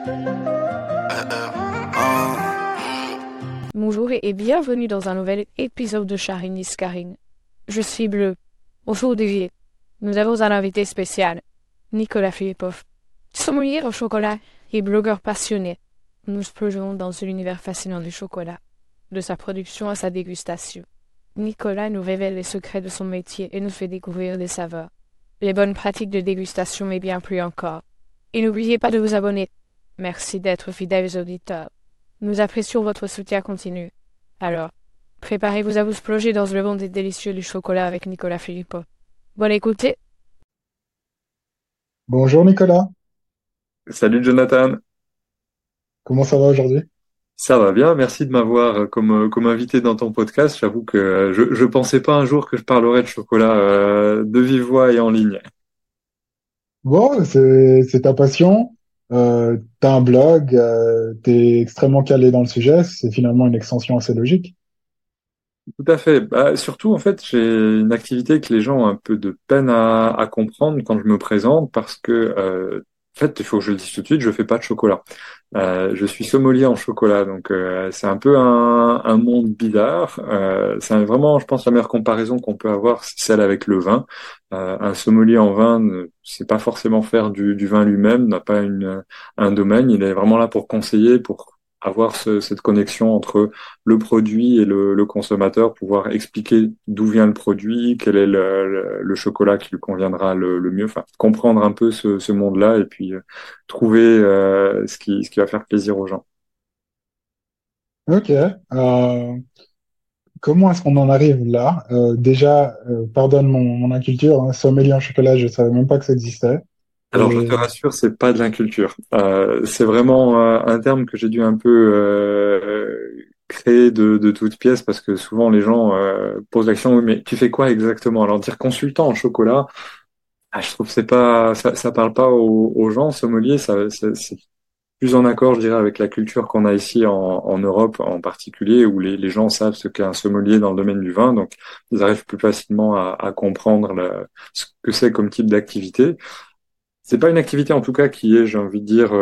Bonjour et bienvenue dans un nouvel épisode de Sharing is Caring. Je suis Bleu. Aujourd'hui, nous avons un invité spécial, Nicolas Philippov. Sommelier au chocolat et blogueur passionné. Nous plongeons dans l'univers fascinant du chocolat, de sa production à sa dégustation. Nicolas nous révèle les secrets de son métier et nous fait découvrir des saveurs, les bonnes pratiques de dégustation et bien plus encore. Et n'oubliez pas de vous abonner. Merci d'être fidèles auditeurs. Nous apprécions votre soutien continu. Alors, préparez-vous à vous plonger dans le monde des délicieux du chocolat avec Nicolas Philippov. Bonne écoute. Bonjour Nicolas, Salut Jonathan, comment ça va aujourd'hui? ça va bien, merci de m'avoir comme invité dans ton podcast. J'avoue que je pensais pas un jour que je parlerais de chocolat de vive voix et en ligne. Bon, c'est ta passion, t'as un blog, t'es extrêmement calé dans le sujet, c'est finalement une extension assez logique. Tout à fait. Bah, surtout, en fait, j'ai une activité que les gens ont un peu de peine à comprendre quand je me présente parce que, en fait, il faut que je le dise tout de suite, je fais pas de chocolat. Je suis sommelier en chocolat, donc c'est un peu un monde bizarre. Vraiment, je pense, la meilleure comparaison qu'on peut avoir, c'est celle avec le vin. Un sommelier en vin ne sait pas forcément faire du vin lui-même, n'a pas un domaine. Il est vraiment là pour conseiller, pour avoir cette connexion entre le produit et le consommateur, pouvoir expliquer d'où vient le produit, quel est le chocolat qui lui conviendra le mieux, enfin comprendre un peu ce monde-là et puis trouver ce qui va faire plaisir aux gens. Ok, comment est-ce qu'on en arrive là? Déjà, pardonne mon inculture, hein, sommelier en chocolat, je savais même pas que ça existait. Alors je te Et rassure, c'est pas de l'inculture. C'est vraiment un terme que j'ai dû un peu créer de toutes pièces parce que souvent les gens posent l'action, oui, mais tu fais quoi exactement? Alors dire consultant en chocolat, je trouve que c'est pas ça parle pas aux gens. Sommelier, c'est plus en accord, je dirais, avec la culture qu'on a ici en Europe en particulier, où les gens savent ce qu'est un sommelier dans le domaine du vin, donc ils arrivent plus facilement à comprendre ce que c'est comme type d'activité. C'est pas une activité en tout cas qui est, j'ai envie de dire,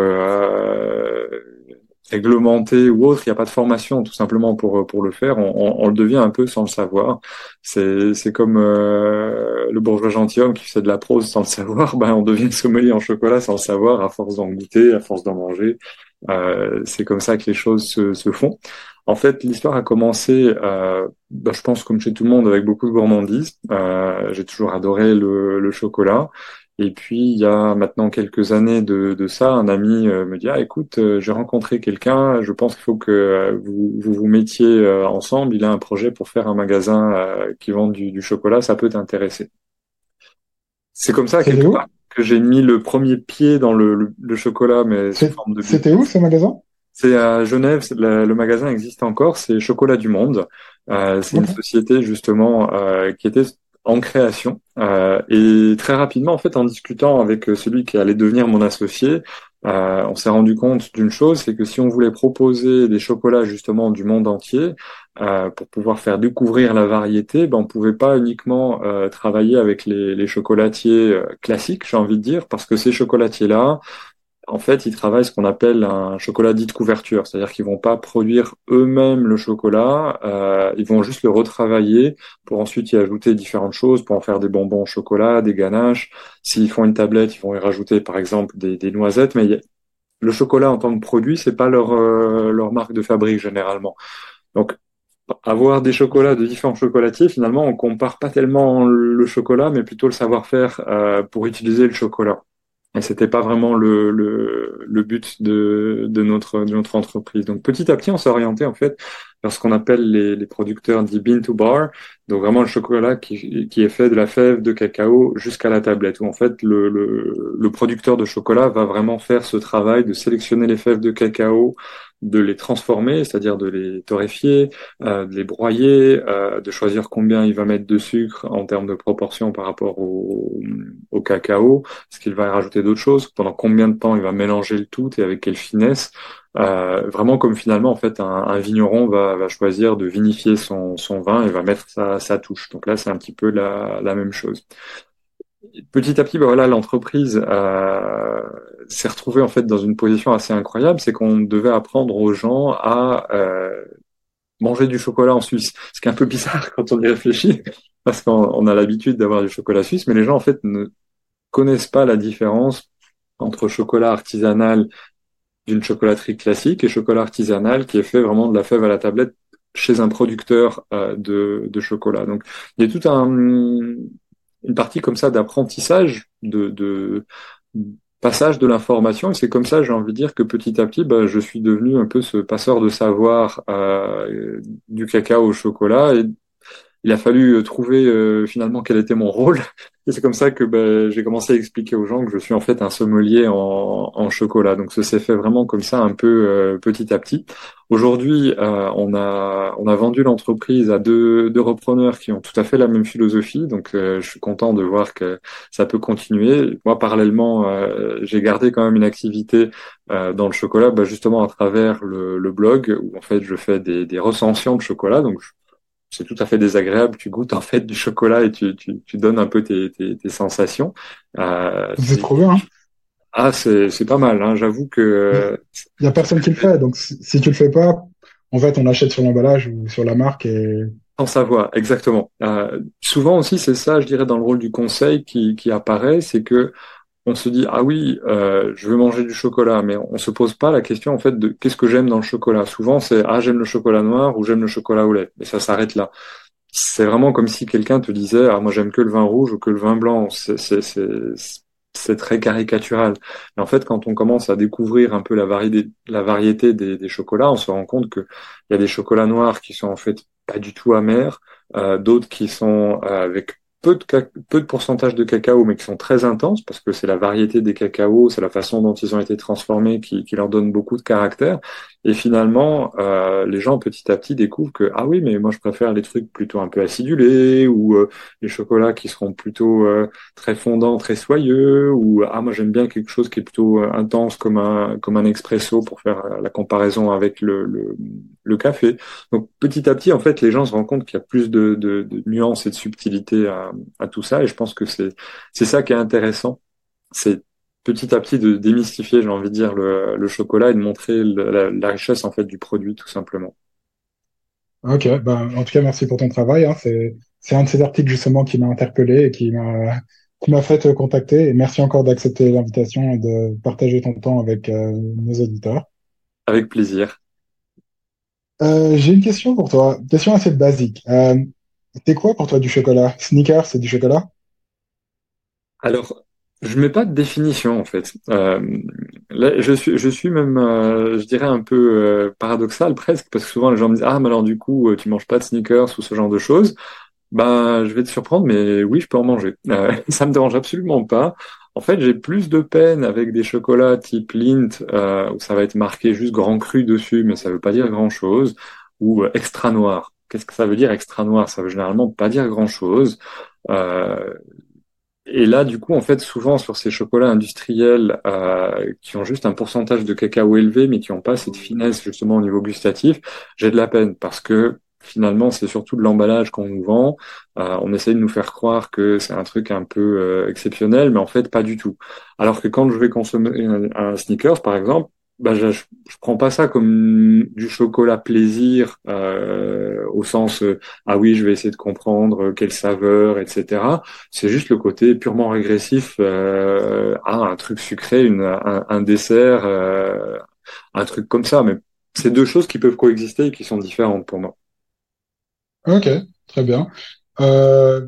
réglementée ou autre. Il n'y a pas de formation tout simplement pour le faire. On le devient un peu sans le savoir. C'est comme le bourgeois gentilhomme qui fait de la prose sans le savoir. Ben on devient sommelier en chocolat sans le savoir à force d'en goûter, à force d'en manger. C'est comme ça que les choses se font. En fait, l'histoire a commencé, je pense comme chez tout le monde, avec beaucoup de gourmandise. J'ai toujours adoré le chocolat. Et puis, il y a maintenant quelques années de ça, un ami me dit, ah, écoute, j'ai rencontré quelqu'un, je pense qu'il faut que vous mettiez ensemble. Il a un projet pour faire un magasin qui vend du chocolat, ça peut t'intéresser. C'est comme ça, c'était quelque part, où? que j'ai mis le premier pied dans le chocolat, mais sous forme de C'était où business. ce magasin? C'est à Genève, le magasin existe encore, c'est Chocolat du Monde. C'est une Ok. société justement qui était en création. Et très rapidement, en fait, en discutant avec celui qui allait devenir mon associé, on s'est rendu compte d'une chose, c'est que si on voulait proposer des chocolats justement du monde entier, pour pouvoir faire découvrir la variété, ben, on pouvait pas uniquement travailler avec les chocolatiers classiques, j'ai envie de dire, parce que ces chocolatiers-là, en fait, ils travaillent ce qu'on appelle un chocolat dit de couverture, c'est-à-dire qu'ils vont pas produire eux-mêmes le chocolat, ils vont juste le retravailler pour ensuite y ajouter différentes choses, pour en faire des bonbons au chocolat, des ganaches. S'ils font une tablette, ils vont y rajouter par exemple des noisettes, mais le chocolat en tant que produit, c'est pas leur marque de fabrique généralement. Donc avoir des chocolats de différents chocolatiers, finalement, on compare pas tellement le chocolat, mais plutôt le savoir-faire pour utiliser le chocolat. Et c'était pas vraiment le but de notre entreprise. Donc petit à petit, on s'est orienté en fait vers ce qu'on appelle les producteurs dits bean to bar, donc vraiment le chocolat qui est fait de la fève de cacao jusqu'à la tablette, où en fait le producteur de chocolat va vraiment faire ce travail de sélectionner les fèves de cacao, de les transformer, c'est-à-dire de les torréfier, de les broyer, de choisir combien il va mettre de sucre en termes de proportion par rapport au cacao, est-ce qu'il va rajouter d'autres choses, pendant combien de temps il va mélanger le tout et avec quelle finesse. Vraiment comme finalement en fait un vigneron va choisir de vinifier son vin et va mettre sa touche. Donc là c'est un petit peu la même chose. petit à petit, bah voilà, l'entreprise s'est retrouvée en fait dans une position assez incroyable, c'est qu'on devait apprendre aux gens à manger du chocolat en Suisse. Ce qui est un peu bizarre quand on y réfléchit, parce qu'on a l'habitude d'avoir du chocolat suisse, mais les gens en fait ne connaissent pas la différence entre chocolat artisanal d'une chocolaterie classique et chocolat artisanal qui est fait vraiment de la fève à la tablette chez un producteur de chocolat. Donc il y a tout une partie comme ça d'apprentissage, de passage de l'information, et c'est comme ça, j'ai envie de dire, que petit à petit, bah, je suis devenu un peu ce passeur de savoir du cacao au chocolat, et il a fallu trouver finalement quel était mon rôle. Et c'est comme ça que j'ai commencé à expliquer aux gens que je suis en fait un sommelier en chocolat. Donc ça s'est fait vraiment comme ça, un peu petit à petit. Aujourd'hui, on a vendu l'entreprise à deux repreneurs qui ont tout à fait la même philosophie. Donc je suis content de voir que ça peut continuer. Moi, parallèlement, j'ai gardé quand même une activité dans le chocolat, justement à travers le blog où en fait je fais des recensions de chocolat. Donc c'est tout à fait désagréable. Tu goûtes en fait du chocolat et tu donnes un peu tes sensations. C'est trop bien, hein. C'est pas mal. Hein. J'avoue Il que y a personne qui le fait, donc si tu le fais pas, en fait, on achète sur l'emballage ou sur la marque et sans savoir exactement. Souvent aussi, c'est ça, je dirais, dans le rôle du conseil qui apparaît, c'est que on se dit ah oui, je veux manger du chocolat, mais on se pose pas la question en fait de qu'est-ce que j'aime dans le chocolat. Souvent, c'est ah j'aime le chocolat noir ou j'aime le chocolat au lait, et ça s'arrête là. C'est vraiment comme si quelqu'un te disait, ah, moi j'aime que le vin rouge ou que le vin blanc. C'est très caricatural. Et en fait, quand on commence à découvrir un peu la variété des chocolats, on se rend compte que il y a des chocolats noirs qui sont en fait pas du tout amers, d'autres qui sont avec peu de pourcentage de cacao, mais qui sont très intenses parce que c'est la variété des cacaos, c'est la façon dont ils ont été transformés qui leur donne beaucoup de caractère. Et finalement, les gens petit à petit découvrent que ah oui, mais moi je préfère les trucs plutôt un peu acidulés ou les chocolats qui seront plutôt très fondants, très soyeux ou ah moi j'aime bien quelque chose qui est plutôt intense comme un expresso pour faire la comparaison avec le café. Donc petit à petit en fait les gens se rendent compte qu'il y a plus de nuances et de subtilité à tout ça et je pense que c'est ça qui est intéressant. C'est petit à petit de démystifier, j'ai envie de dire, le chocolat et de montrer la richesse en fait du produit tout simplement. ok, ben, en tout cas, merci pour ton travail, hein. C'est un de ces articles justement qui m'a interpellé et qui m'a fait te contacter. Et merci encore d'accepter l'invitation et de partager ton temps avec nos auditeurs. Avec plaisir. J'ai une question pour toi, question assez basique. C'est quoi pour toi du chocolat? Snickers, c'est du chocolat? Alors, je mets pas de définition en fait. Là, je suis même, je dirais un peu paradoxal presque, parce que souvent les gens me disent, ah, mais alors du coup, tu manges pas de sneakers ou ce genre de choses. Ben, je vais te surprendre, mais oui, je peux en manger. Ça me dérange absolument pas. En fait, j'ai plus de peine avec des chocolats type Lindt, où ça va être marqué juste grand cru dessus, mais ça veut pas dire grand-chose, ou extra noir. Qu'est-ce que ça veut dire extra noir? Ça veut généralement pas dire grand-chose. Euh, et là, du coup, en fait, souvent sur ces chocolats industriels qui ont juste un pourcentage de cacao élevé, mais qui n'ont pas cette finesse justement au niveau gustatif, j'ai de la peine parce que finalement, c'est surtout de l'emballage qu'on nous vend. On essaye de nous faire croire que c'est un truc un peu exceptionnel, mais en fait, pas du tout. Alors que quand je vais consommer un Snickers, par exemple, je prends pas ça comme du chocolat plaisir au sens ah oui, je vais essayer de comprendre quelle saveur, etc. C'est juste le côté purement régressif à un truc sucré, un dessert, un truc comme ça. Mais c'est deux choses qui peuvent coexister et qui sont différentes pour moi. Ok, très bien. Euh,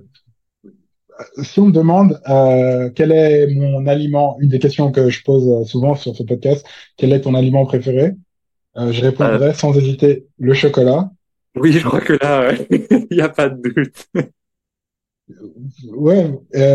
Si on me demande quel est mon aliment, une des questions que je pose souvent sur ce podcast, quel est ton aliment préféré? Je Euh, répondrai sans hésiter le chocolat. oui, je crois que là, il n'y a pas de doute. Ouais,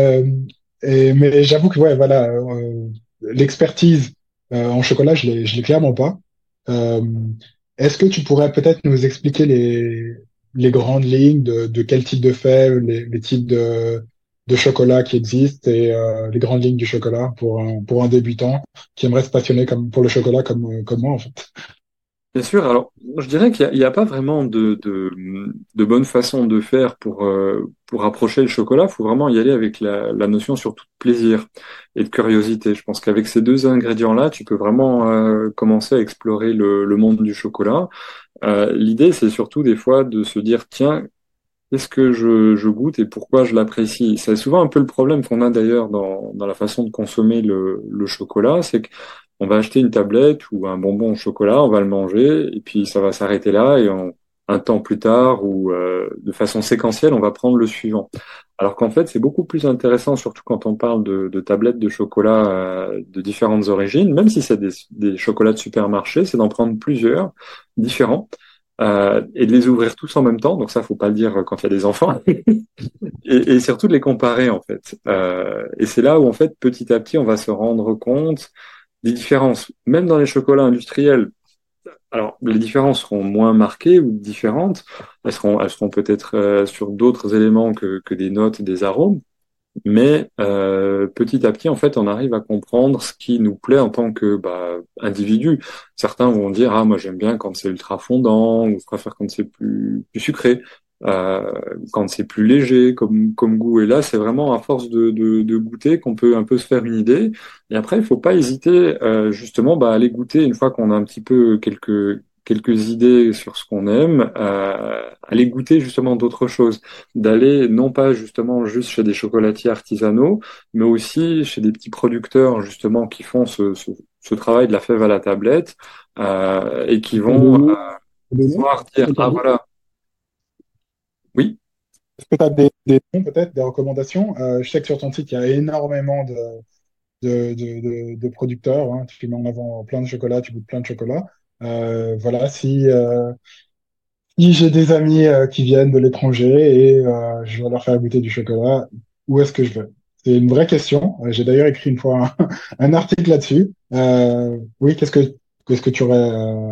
mais j'avoue que ouais, voilà, l'expertise en chocolat, je l'ai clairement pas. Euh, Est-ce que tu pourrais peut-être nous expliquer les grandes lignes de quel type de fèves, les types de chocolat qui existent et les grandes lignes du chocolat pour un débutant qui aimerait se passionner comme, pour le chocolat comme moi, en fait. Bien sûr, alors je dirais qu'il y a pas vraiment de bonne façon de faire pour approcher le chocolat. Il faut vraiment y aller avec la notion surtout de plaisir et de curiosité. Je pense qu'avec ces deux ingrédients-là, tu peux vraiment commencer à explorer le monde du chocolat. L'idée, c'est surtout des fois de se dire, tiens, qu'est-ce que je goûte et pourquoi je l'apprécie? C'est souvent un peu le problème qu'on a d'ailleurs dans la façon de consommer le chocolat, c'est qu'on va acheter une tablette ou un bonbon au chocolat, on va le manger et puis ça va s'arrêter là et un temps plus tard ou de façon séquentielle, on va prendre le suivant. Alors qu'en fait, c'est beaucoup plus intéressant, surtout quand on parle de tablettes de chocolat de différentes origines, même si c'est des chocolats de supermarché, c'est d'en prendre plusieurs différents et de les ouvrir tous en même temps. Donc ça, faut pas le dire quand il y a des enfants. Et surtout de les comparer en fait. Et c'est là où en fait petit à petit on va se rendre compte des différences, même dans les chocolats industriels. Alors les différences seront moins marquées ou différentes. Elles seront peut-être sur d'autres éléments que des notes, des arômes. Mais petit à petit, en fait, on arrive à comprendre ce qui nous plaît en tant que individu. Certains vont dire, ah, moi j'aime bien quand c'est ultra fondant, ou je préfère quand c'est plus sucré, euh, quand c'est plus léger comme goût. Et là, c'est vraiment à force de goûter qu'on peut un peu se faire une idée. Et après, il faut pas hésiter justement à aller goûter une fois qu'on a un petit peu quelques idées sur ce qu'on aime, aller goûter justement d'autres choses, d'aller non pas justement juste chez des chocolatiers artisanaux, mais aussi chez des petits producteurs justement qui font ce travail de la fève à la tablette et qui Tu peux vont des noms pouvoir dire ah aujourd'hui? voilà oui. Est-ce que tu as des noms, peut-être, des recommandations? Je sais que sur ton site, il y a énormément de producteurs, hein. Tu mets en avant plein de chocolats, tu goûtes plein de chocolats. Voilà, si j'ai des amis qui viennent de l'étranger et je vais leur faire goûter du chocolat, où est-ce que je vais? C'est une vraie question. J'ai d'ailleurs écrit une fois un article là-dessus. Oui, qu'est-ce que tu aurais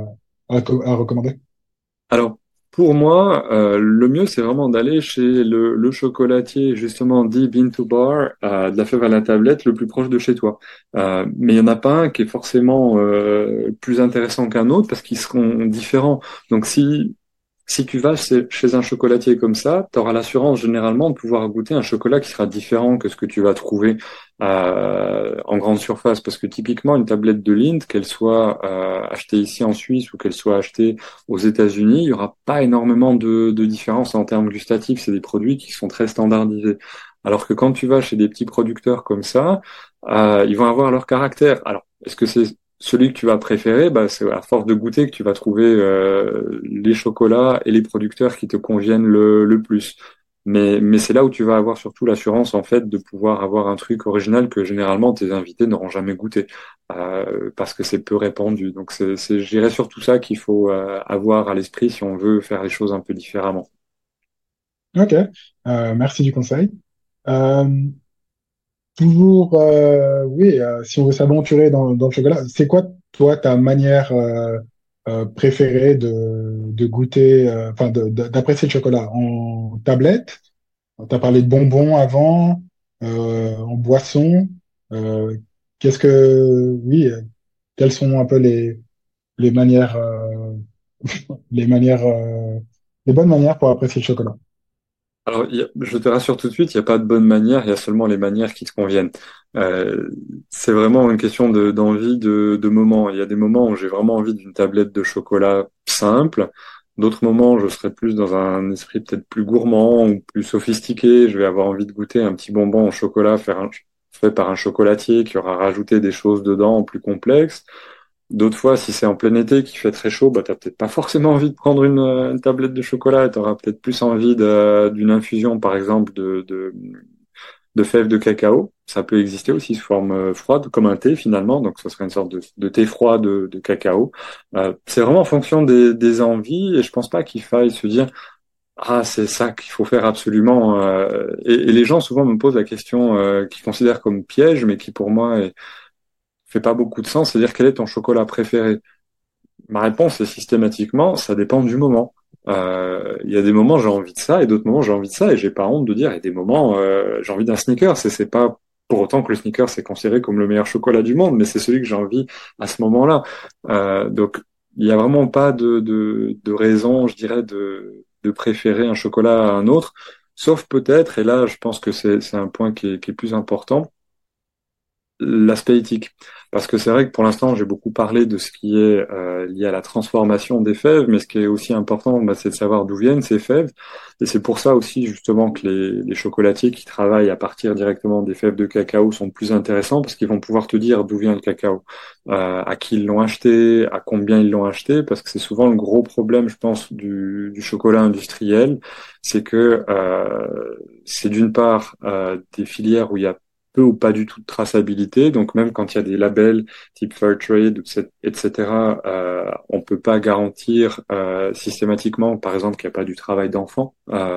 à recommander? Alors, pour moi, le mieux, c'est vraiment d'aller chez le chocolatier, justement, dit Bean to Bar, de la fève à la tablette, le plus proche de chez toi. Mais il n'y en a pas un qui est forcément plus intéressant qu'un autre parce qu'ils seront différents. Donc, si tu vas chez un chocolatier comme ça, tu auras l'assurance généralement de pouvoir goûter un chocolat qui sera différent que ce que tu vas trouver en grande surface. Parce que typiquement, une tablette de Lindt, qu'elle soit achetée ici en Suisse ou qu'elle soit achetée aux États-Unis, il y aura pas énormément de différence en termes gustatifs. C'est des produits qui sont très standardisés. Alors que quand tu vas chez des petits producteurs comme ça, ils vont avoir leur caractère. Alors, est-ce que c'est celui que tu vas préférer, c'est à force de goûter que tu vas trouver les chocolats et les producteurs qui te conviennent le plus. Mais c'est là où tu vas avoir surtout l'assurance en fait de pouvoir avoir un truc original que généralement tes invités n'auront jamais goûté parce que c'est peu répandu. Donc je dirais surtout ça qu'il faut avoir à l'esprit si on veut faire les choses un peu différemment. Ok, merci du conseil. Euh, Toujours, oui, si on veut s'aventurer dans le chocolat, c'est quoi, toi, ta manière préférée de goûter, enfin, d'apprécier le chocolat? En tablette? Tu as parlé de bonbons avant, en boisson. Euh, oui, quelles sont un peu les manières, les manières, les bonnes manières pour apprécier le chocolat? Alors, je te rassure tout de suite, il n'y a pas de bonne manière, il y a seulement les manières qui te conviennent. Euh, c'est vraiment une question d'envie, de moment. Il y a des moments où j'ai vraiment envie d'une tablette de chocolat simple. D'autres moments, je serai plus dans un esprit peut-être plus gourmand ou plus sophistiqué. Je vais avoir envie de goûter un petit bonbon au chocolat fait par un chocolatier qui aura rajouté des choses dedans plus complexes. D'autres fois, si c'est en plein été qui fait très chaud, t'as peut-être pas forcément envie de prendre une tablette de chocolat. T'auras peut-être plus envie d'une infusion, par exemple, de fèves de cacao. Ça peut exister aussi sous forme froide, comme un thé finalement. Donc, ce serait une sorte de thé froid de cacao. C'est vraiment en fonction des envies, et je pense pas qu'il faille se dire ah c'est ça qu'il faut faire absolument. Et les gens souvent me posent la question qu'ils considèrent comme piège, mais qui pour moi fait pas beaucoup de sens. C'est-à-dire quel est ton chocolat préféré? Ma réponse est systématiquement, ça dépend du moment. Il y a des moments j'ai envie de ça et d'autres moments j'ai envie de ça et j'ai pas honte de dire. Il y a des moments j'ai envie d'un Snickers et c'est pas pour autant que le Snickers est considéré comme le meilleur chocolat du monde, mais c'est celui que j'ai envie à ce moment-là. Donc il y a vraiment pas de raison, je dirais, de préférer un chocolat à un autre, sauf peut-être, et là, je pense que c'est un point qui est plus important, l'aspect éthique. Parce que c'est vrai que pour l'instant, j'ai beaucoup parlé de ce qui est lié à la transformation des fèves, mais ce qui est aussi important, bah, c'est de savoir d'où viennent ces fèves. Et c'est pour ça aussi, justement, que les chocolatiers qui travaillent à partir directement des fèves de cacao sont plus intéressants, parce qu'ils vont pouvoir te dire d'où vient le cacao, à qui ils l'ont acheté, à combien ils l'ont acheté, parce que c'est souvent le gros problème, je pense, du chocolat industriel, c'est que c'est d'une part des filières où il y a peu ou pas du tout de traçabilité. Donc même quand il y a des labels type Fairtrade, etc., on peut pas garantir systématiquement, par exemple, qu'il n'y a pas du travail d'enfant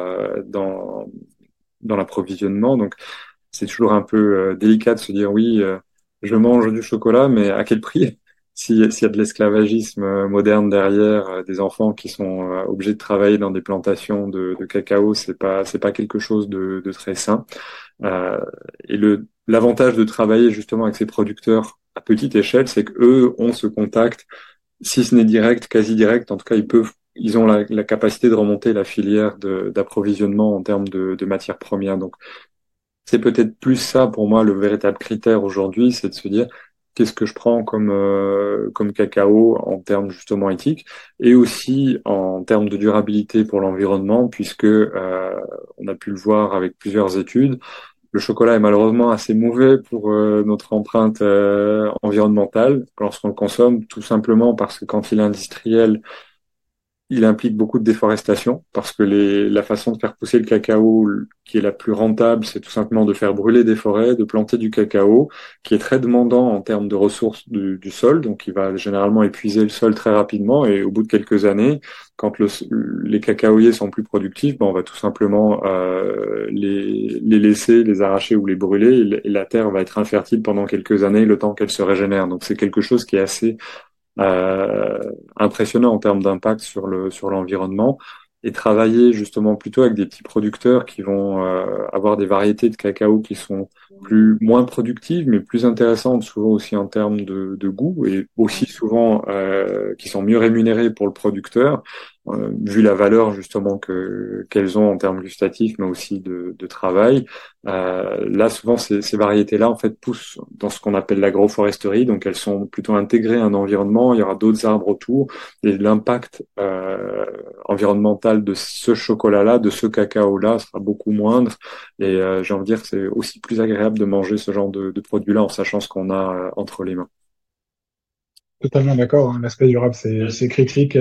dans l'approvisionnement. Donc c'est toujours un peu délicat de se dire oui, je mange du chocolat, mais à quel prix? S'il y a de l'esclavagisme moderne derrière, des enfants qui sont obligés de travailler dans des plantations de cacao, c'est pas quelque chose de très sain. Euh, et l'avantage de travailler justement avec ces producteurs à petite échelle, c'est que eux ont ce contact, si ce n'est direct, quasi direct. En tout cas, ils ont la capacité de remonter la filière d'approvisionnement en termes de matières premières. Donc, c'est peut-être plus ça pour moi le véritable critère aujourd'hui, c'est de se dire qu'est-ce que je prends comme cacao en termes justement éthiques et aussi en termes de durabilité pour l'environnement, puisque on a pu le voir avec plusieurs études. Le chocolat est malheureusement assez mauvais pour notre empreinte environnementale lorsqu'on le consomme, tout simplement parce que quand il est industriel, il implique beaucoup de déforestation parce que la façon de faire pousser le cacao qui est la plus rentable, c'est tout simplement de faire brûler des forêts, de planter du cacao, qui est très demandant en termes de ressources du sol, donc il va généralement épuiser le sol très rapidement et au bout de quelques années, quand les cacaoyers sont plus productifs, ben on va tout simplement les laisser, les arracher ou les brûler et la terre va être infertile pendant quelques années, le temps qu'elle se régénère. Donc c'est quelque chose qui est assez impressionnant en termes d'impact sur l'environnement et travailler justement plutôt avec des petits producteurs qui vont avoir des variétés de cacao qui sont moins productives mais plus intéressantes souvent aussi en termes de goût et aussi souvent qui sont mieux rémunérés pour le producteur vu la valeur justement qu'elles ont en termes gustatifs mais aussi de travail. Là, souvent, ces variétés-là, en fait, poussent dans ce qu'on appelle l'agroforesterie. Donc, elles sont plutôt intégrées à un environnement. Il y aura d'autres arbres autour. Et l'impact environnemental de ce chocolat-là, de ce cacao-là, sera beaucoup moindre. Et j'ai envie de dire que c'est aussi plus agréable de manger ce genre de produit-là en sachant ce qu'on a entre les mains. Totalement d'accord, hein. L'aspect durable, c'est critique.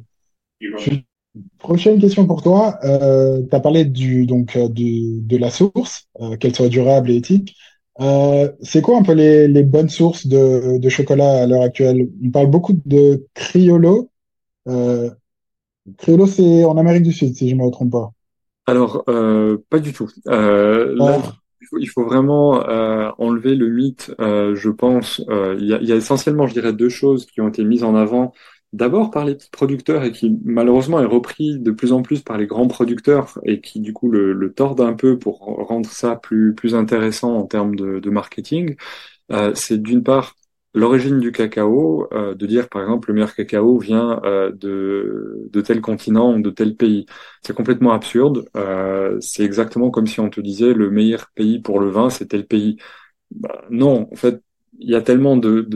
Prochaine question pour toi. Tu as parlé de la source, qu'elle soit durable et éthique. C'est quoi un peu les bonnes sources de chocolat à l'heure actuelle? On parle beaucoup de Criollo. Euh, Criollo, c'est en Amérique du Sud, si je ne me trompe pas. Alors, pas du tout. Là, Ah, il faut vraiment enlever le mythe, je pense. Il y a essentiellement, je dirais, deux choses qui ont été mises en avant. D'abord par les petits producteurs et qui malheureusement est repris de plus en plus par les grands producteurs et qui du coup le tordent un peu pour rendre ça plus intéressant en termes de marketing. C'est d'une part l'origine du cacao, de dire par exemple le meilleur cacao vient de tel continent ou de tel pays. C'est complètement absurde. C'est exactement comme si on te disait le meilleur pays pour le vin, c'est tel pays. Bah, non, en fait, il y a tellement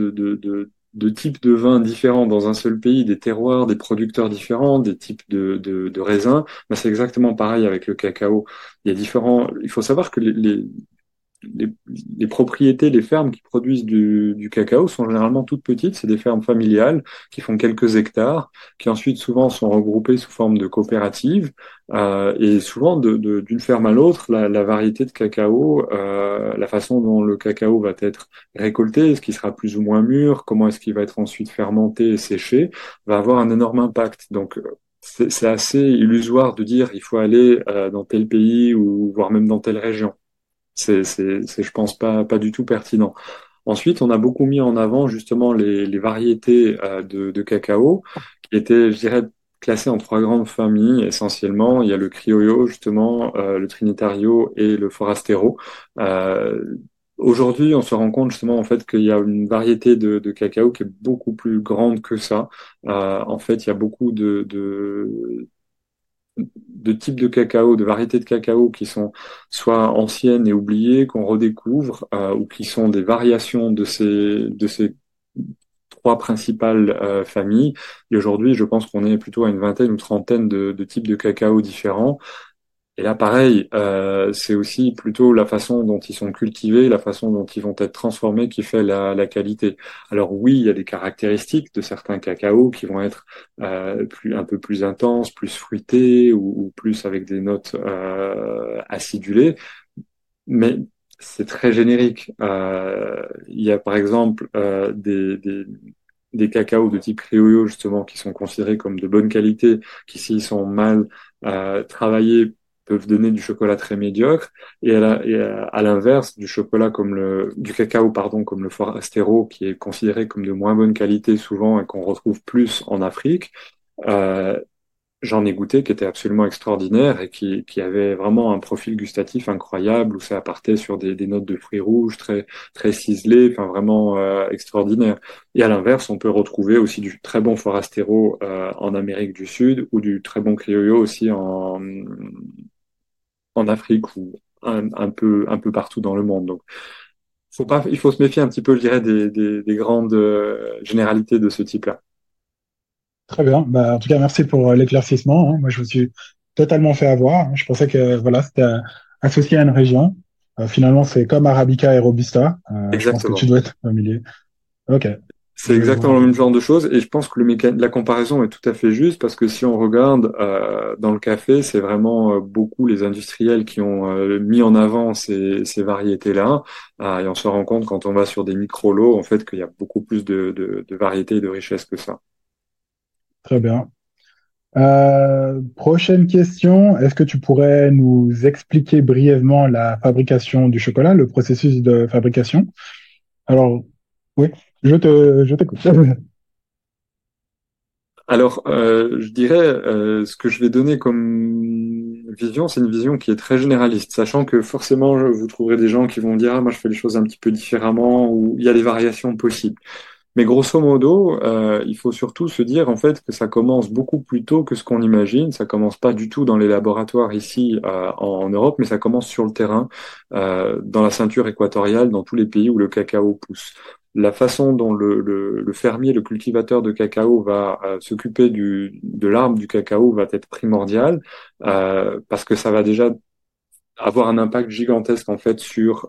de types de vins différents dans un seul pays, des terroirs, des producteurs différents, des types de raisins. Bah, c'est exactement pareil avec le cacao. Il y a différents. Il faut savoir que les, les propriétés, les fermes qui produisent du cacao sont généralement toutes petites. C'est des fermes familiales qui font quelques hectares, qui ensuite souvent sont regroupées sous forme de coopératives. Et souvent, d'une ferme à l'autre, la variété de cacao, la façon dont le cacao va être récolté, est-ce qu'il sera plus ou moins mûr, comment est-ce qu'il va être ensuite fermenté et séché, va avoir un énorme impact. Donc, c'est assez illusoire de dire il faut aller dans tel pays ou voire même dans telle région. Je pense, pas du tout pertinent. Ensuite, on a beaucoup mis en avant justement les variétés de cacao qui étaient, je dirais, classées en trois grandes familles essentiellement. Il y a le Criollo justement, le Trinitario et le Forastero. Aujourd'hui, on se rend compte justement en fait qu'il y a une variété de cacao qui est beaucoup plus grande que ça. En fait, il y a beaucoup de types de cacao, de variétés de cacao qui sont soit anciennes et oubliées, qu'on redécouvre, ou qui sont des variations de ces trois principales familles. Et aujourd'hui, je pense qu'on est plutôt à une vingtaine ou trentaine de types de cacao différents. Et là, pareil, c'est aussi plutôt la façon dont ils sont cultivés, la façon dont ils vont être transformés qui fait la qualité. Alors oui, il y a des caractéristiques de certains cacaos qui vont être un peu plus intenses, plus fruités ou plus avec des notes acidulées, mais c'est très générique. Il y a par exemple des cacaos de type criollo justement qui sont considérés comme de bonne qualité, qui s'ils sont mal travaillés peuvent donner du chocolat très médiocre, et à l'inverse du chocolat du cacao pardon comme le Forastero qui est considéré comme de moins bonne qualité souvent et qu'on retrouve plus en Afrique. Euh, J'en ai goûté qui était absolument extraordinaire et qui avait vraiment un profil gustatif incroyable où ça partait sur des notes de fruits rouges très très ciselées, enfin vraiment extraordinaire. Et à l'inverse, on peut retrouver aussi du très bon Forastero en Amérique du Sud ou du très bon Criollo aussi en Afrique ou un peu partout dans le monde. Donc il faut se méfier un petit peu, je dirais, des grandes généralités de ce type-là. Très bien. Bah, en tout cas, merci pour l'éclaircissement, hein. Moi, je me suis totalement fait avoir, hein. Je pensais que voilà, c'était associé à une région. Finalement, c'est comme Arabica et Robusta. Je pense que tu Exactement. dois être familier. Ok. C'est Je exactement vois. le même genre de choses et je pense que la comparaison est tout à fait juste parce que si on regarde dans le café, c'est vraiment beaucoup les industriels qui ont mis en avant ces variétés-là et on se rend compte quand on va sur des micro-lots en fait qu'il y a beaucoup plus de variétés et de richesses que ça. Très bien. Prochaine question. Est-ce que tu pourrais nous expliquer brièvement la fabrication du chocolat, le processus de fabrication? Alors, oui, je t'écoute. Alors, je dirais, ce que je vais donner comme vision, c'est une vision qui est très généraliste, sachant que forcément, vous trouverez des gens qui vont dire, ah, moi, je fais les choses un petit peu différemment, ou il y a des variations possibles. Mais grosso modo, il faut surtout se dire en fait que ça commence beaucoup plus tôt que ce qu'on imagine. Ça commence pas du tout dans les laboratoires ici en Europe, mais ça commence sur le terrain, dans la ceinture équatoriale, dans tous les pays où le cacao pousse. La façon dont le fermier, le cultivateur de cacao va s'occuper de l'arbre du cacao va être primordial parce que ça va déjà avoir un impact gigantesque en fait sur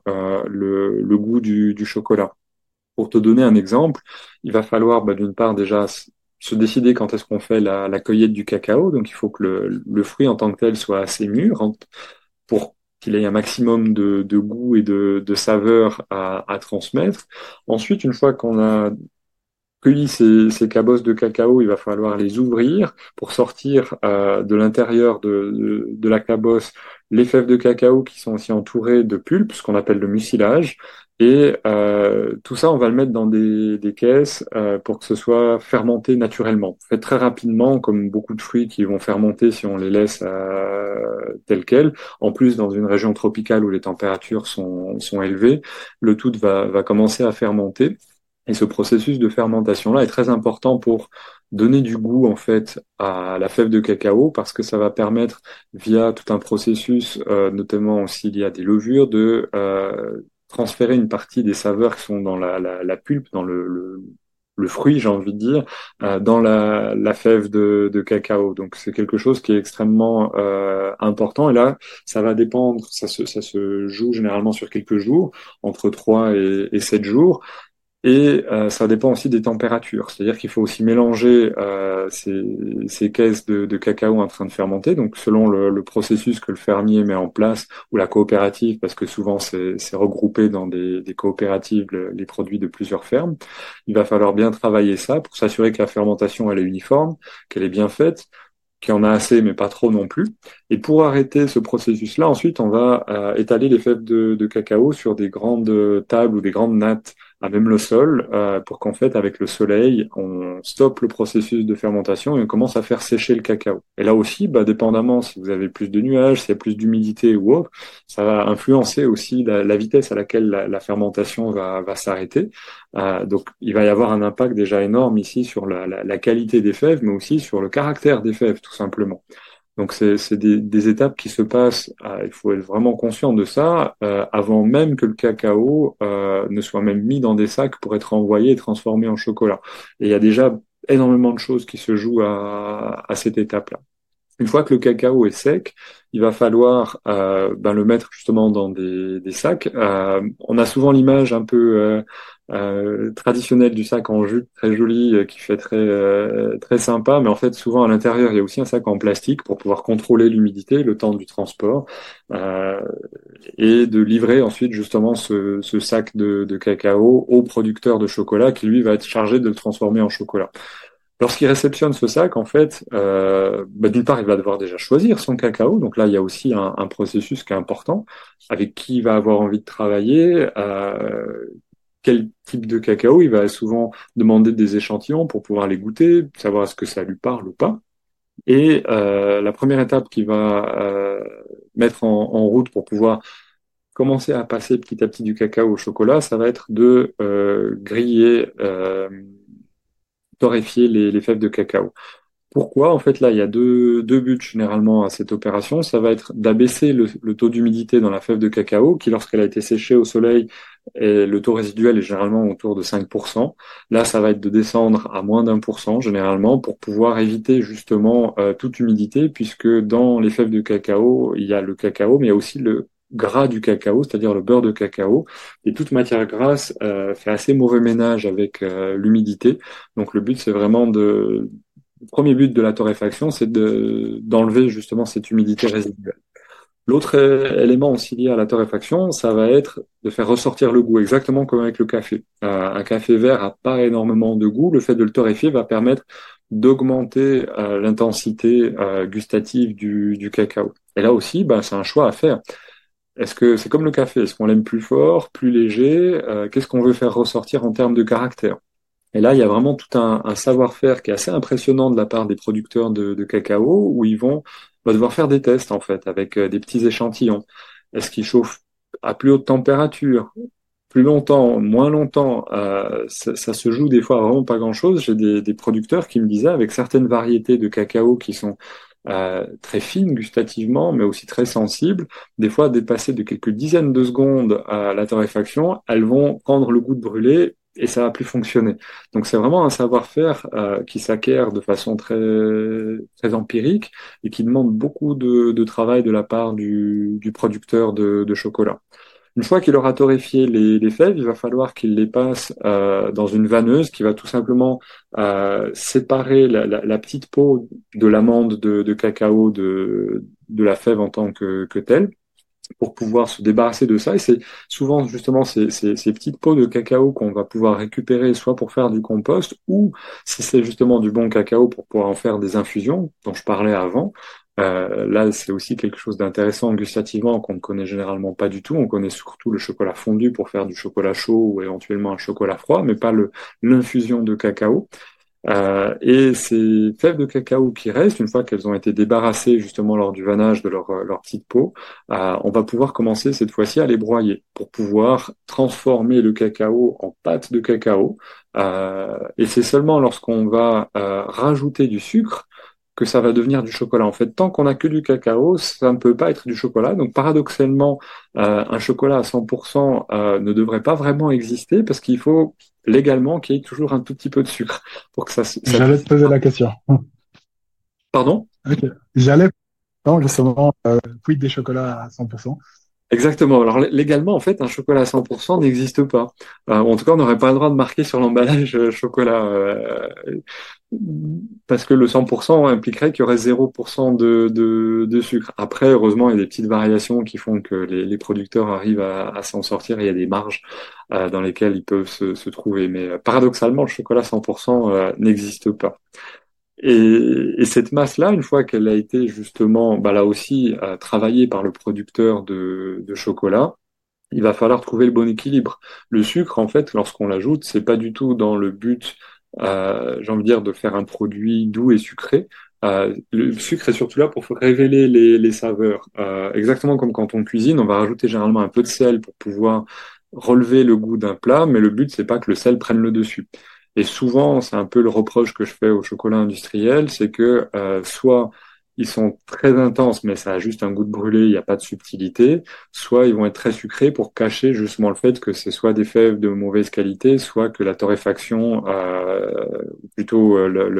le goût du chocolat. Pour te donner un exemple, il va falloir d'une part déjà se décider quand est-ce qu'on fait la cueillette du cacao. Donc il faut que le fruit en tant que tel soit assez mûr pour qu'il ait un maximum de goût et de saveur à transmettre. Ensuite, une fois qu'on a cueilli ces cabosses de cacao, il va falloir les ouvrir pour sortir de l'intérieur de la cabosse les fèves de cacao qui sont aussi entourées de pulpe, ce qu'on appelle le mucilage. Et tout ça, on va le mettre dans des caisses pour que ce soit fermenté naturellement. Fait très rapidement, comme beaucoup de fruits qui vont fermenter si on les laisse tels quels. En plus, dans une région tropicale où les températures sont élevées, le tout va commencer à fermenter. Et ce processus de fermentation-là est très important pour donner du goût en fait à la fève de cacao parce que ça va permettre via tout un processus, notamment s'il y a des levures, de transférer une partie des saveurs qui sont dans la pulpe, dans le fruit, j'ai envie de dire, dans la fève de cacao. Donc c'est quelque chose qui est extrêmement important. Et là, ça va dépendre, ça se joue généralement sur quelques jours, entre 3 et 7 jours. Et ça dépend aussi des températures. C'est-à-dire qu'il faut aussi mélanger ces caisses de cacao en train de fermenter. Donc selon le processus que le fermier met en place ou la coopérative, parce que souvent c'est regroupé dans des coopératives les produits de plusieurs fermes, il va falloir bien travailler ça pour s'assurer que la fermentation elle est uniforme, qu'elle est bien faite, qu'il y en a assez mais pas trop non plus. Et pour arrêter ce processus-là, ensuite on va étaler les fèves de cacao sur des grandes tables ou des grandes nattes à même le sol, pour qu'en fait, avec le soleil, on stoppe le processus de fermentation et on commence à faire sécher le cacao. Et là aussi, dépendamment si vous avez plus de nuages, s'il y a plus d'humidité ou autre, ça va influencer aussi la vitesse à laquelle la fermentation va s'arrêter. Donc, il va y avoir un impact déjà énorme ici sur la qualité des fèves, mais aussi sur le caractère des fèves, tout simplement. Donc c'est des étapes qui se passent, il faut être vraiment conscient de ça, avant même que le cacao ne soit même mis dans des sacs pour être envoyé et transformé en chocolat. Et il y a déjà énormément de choses qui se jouent à cette étape-là. Une fois que le cacao est sec, il va falloir le mettre justement dans des sacs. On a souvent l'image un peu traditionnelle du sac en jute, très joli, qui fait très sympa, mais en fait souvent à l'intérieur il y a aussi un sac en plastique pour pouvoir contrôler l'humidité, le temps du transport, euh, et de livrer ensuite justement ce sac de cacao au producteur de chocolat qui lui va être chargé de le transformer en chocolat. Lorsqu'il réceptionne ce sac, en fait, d'une part, il va devoir déjà choisir son cacao. Donc là, il y a aussi un processus qui est important, avec qui il va avoir envie de travailler, quel type de cacao. Il va souvent demander des échantillons pour pouvoir les goûter, savoir est-ce que ça lui parle ou pas. Et la première étape qu'il va mettre en route pour pouvoir commencer à passer petit à petit du cacao au chocolat, ça va être de griller, torréfier les fèves de cacao. Pourquoi? En fait, là, il y a deux buts généralement à cette opération. Ça va être d'abaisser le taux d'humidité dans la fève de cacao, qui, lorsqu'elle a été séchée au soleil, le taux résiduel est généralement autour de 5%. Là, ça va être de descendre à moins d'1% généralement pour pouvoir éviter justement toute humidité, puisque dans les fèves de cacao, il y a le cacao, mais il y a aussi le gras du cacao, c'est-à-dire le beurre de cacao. Et toute matière grasse fait assez mauvais ménage avec l'humidité. Donc le but, c'est vraiment le premier but de la torréfaction, c'est d'enlever justement cette humidité résiduelle. L'autre élément aussi lié à la torréfaction, ça va être de faire ressortir le goût, exactement comme avec le café. Un café vert a pas énormément de goût. Le fait de le torréfier va permettre d'augmenter l'intensité gustative du cacao. Et là aussi, c'est un choix à faire. Est-ce que c'est comme le café? Est-ce qu'on l'aime plus fort, plus léger? Qu'est-ce qu'on veut faire ressortir en termes de caractère? Et là, il y a vraiment tout un savoir-faire qui est assez impressionnant de la part des producteurs de cacao, où ils vont devoir faire des tests en fait avec des petits échantillons. Est-ce qu'ils chauffent à plus haute température, plus longtemps, moins longtemps? Ça se joue des fois à vraiment pas grand-chose. J'ai des producteurs qui me disaient avec certaines variétés de cacao qui sont très fines gustativement, mais aussi très sensibles, des fois dépasser de quelques dizaines de secondes à la torréfaction, elles vont prendre le goût de brûlé et ça va plus fonctionner. Donc c'est vraiment un savoir-faire qui s'acquiert de façon très empirique et qui demande beaucoup de travail de la part du producteur de chocolat. Une fois qu'il aura torréfié les fèves, il va falloir qu'il les passe dans une vanneuse qui va tout simplement séparer la petite peau de l'amande de cacao de la fève en tant que telle, pour pouvoir se débarrasser de ça. Et c'est souvent justement ces petites peaux de cacao qu'on va pouvoir récupérer soit pour faire du compost ou si c'est justement du bon cacao pour pouvoir en faire des infusions dont je parlais avant. Là, c'est aussi quelque chose d'intéressant gustativement qu'on ne connaît généralement pas du tout. On connaît surtout le chocolat fondu pour faire du chocolat chaud ou éventuellement un chocolat froid, mais pas l'infusion de cacao. Et ces fèves de cacao qui restent, une fois qu'elles ont été débarrassées justement lors du vannage de leur petite peau, on va pouvoir commencer cette fois-ci à les broyer pour pouvoir transformer le cacao en pâte de cacao. Et c'est seulement lorsqu'on va rajouter du sucre que ça va devenir du chocolat. En fait, tant qu'on n'a que du cacao, ça ne peut pas être du chocolat. Donc, paradoxalement, un chocolat à 100% ne devrait pas vraiment exister parce qu'il faut légalement qu'il y ait toujours un tout petit peu de sucre pour que ça J'allais puisse... te poser la question. Pardon? Ok. J'allais, non, justement, quid des chocolats à 100%? Exactement. Alors légalement, en fait, un chocolat à 100% n'existe pas. En tout cas, on n'aurait pas le droit de marquer sur l'emballage chocolat, parce que le 100% impliquerait qu'il y aurait 0% de sucre. Après, heureusement, il y a des petites variations qui font que les producteurs arrivent à s'en sortir. Il y a des marges dans lesquelles ils peuvent se trouver. Mais paradoxalement, le chocolat 100% n'existe pas. Et cette masse-là, une fois qu'elle a été justement, là aussi, travaillée par le producteur de chocolat, il va falloir trouver le bon équilibre. Le sucre, en fait, lorsqu'on l'ajoute, c'est pas du tout dans le but, j'ai envie de dire, de faire un produit doux et sucré. Le sucre est surtout là pour révéler les saveurs. Exactement comme quand on cuisine, on va rajouter généralement un peu de sel pour pouvoir relever le goût d'un plat, mais le but, c'est pas que le sel prenne le dessus. Et souvent, c'est un peu le reproche que je fais au chocolat industriel, c'est que soit ils sont très intenses, mais ça a juste un goût de brûlé, il n'y a pas de subtilité, soit ils vont être très sucrés pour cacher justement le fait que c'est soit des fèves de mauvaise qualité, soit que la torréfaction, plutôt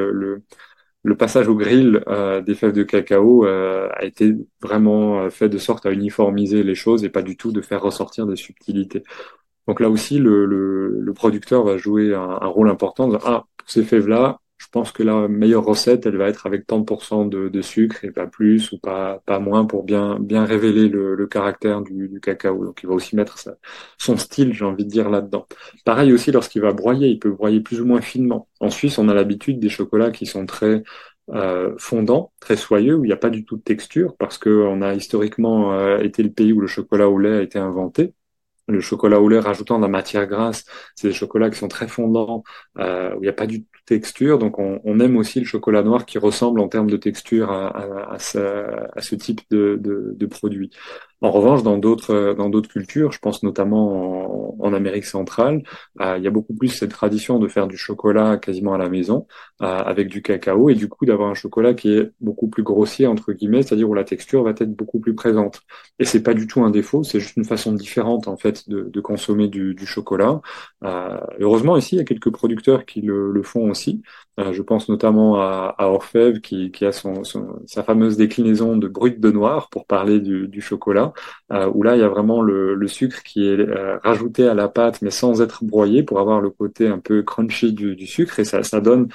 le passage au grill des fèves de cacao a été vraiment fait de sorte à uniformiser les choses et pas du tout de faire ressortir des subtilités. Donc là aussi, le producteur va jouer un rôle important. Pour ces fèves-là, je pense que la meilleure recette, elle va être avec tant de pourcents de sucre et pas plus ou pas moins pour bien révéler le caractère du cacao. Donc il va aussi mettre son style, j'ai envie de dire, là-dedans. Pareil aussi lorsqu'il va broyer, il peut broyer plus ou moins finement. En Suisse, on a l'habitude des chocolats qui sont très fondants, très soyeux, où il n'y a pas du tout de texture, parce qu'on a historiquement été le pays où le chocolat au lait a été inventé. Le chocolat au lait rajoutant de la matière grasse, c'est des chocolats qui sont très fondants, où il n'y a pas du tout de texture. Donc on aime aussi le chocolat noir qui ressemble en termes de texture à ce type de produit. En revanche, dans d'autres cultures, je pense notamment en Amérique centrale, il y a beaucoup plus cette tradition de faire du chocolat quasiment à la maison, avec du cacao, et du coup d'avoir un chocolat qui est beaucoup plus grossier, entre guillemets, c'est-à-dire où la texture va être beaucoup plus présente. Et c'est pas du tout un défaut, c'est juste une façon différente en fait de consommer du chocolat. Heureusement ici, il y a quelques producteurs qui le font aussi. Je pense notamment à Orfèvre qui a sa fameuse déclinaison de brut de noir pour parler du chocolat, où là il y a vraiment le sucre qui est rajouté à la pâte mais sans être broyé pour avoir le côté un peu crunchy du sucre et ça donne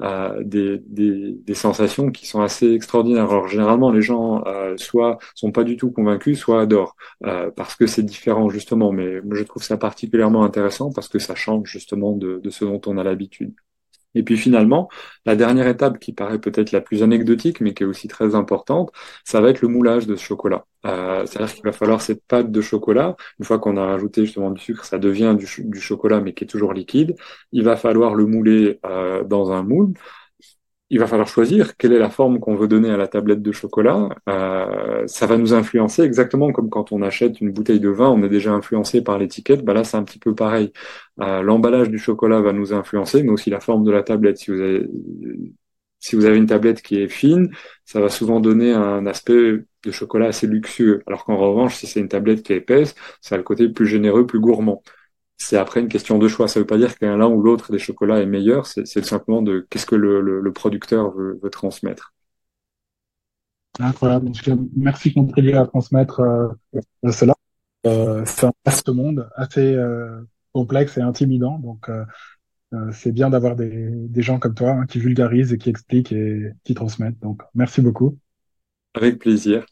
des sensations qui sont assez extraordinaires. Alors généralement les gens soit sont pas du tout convaincus, soit adorent parce que c'est différent justement. Mais je trouve ça particulièrement intéressant parce que ça change justement de ce dont on a l'habitude. Et puis finalement, la dernière étape qui paraît peut-être la plus anecdotique, mais qui est aussi très importante, ça va être le moulage de ce chocolat. C'est-à-dire qu'il va falloir cette pâte de chocolat. Une fois qu'on a rajouté justement du sucre, ça devient du chocolat, mais qui est toujours liquide. Il va falloir le mouler dans un moule. Il va falloir choisir quelle est la forme qu'on veut donner à la tablette de chocolat. Ça va nous influencer exactement comme quand on achète une bouteille de vin, on est déjà influencé par l'étiquette. Bah là, c'est un petit peu pareil. L'emballage du chocolat va nous influencer, mais aussi la forme de la tablette. Si vous avez une tablette qui est fine, ça va souvent donner un aspect de chocolat assez luxueux. Alors qu'en revanche, si c'est une tablette qui est épaisse, ça a le côté plus généreux, plus gourmand. C'est après une question de choix. Ça veut pas dire qu'un l'un ou l'autre des chocolats est meilleur. C'est simplement de qu'est-ce que le producteur veut transmettre. Incroyable. En tout cas, merci de contribuer à transmettre cela. C'est un vaste monde assez complexe et intimidant. Donc, c'est bien d'avoir des gens comme toi qui vulgarisent et qui expliquent et qui transmettent. Donc, merci beaucoup. Avec plaisir.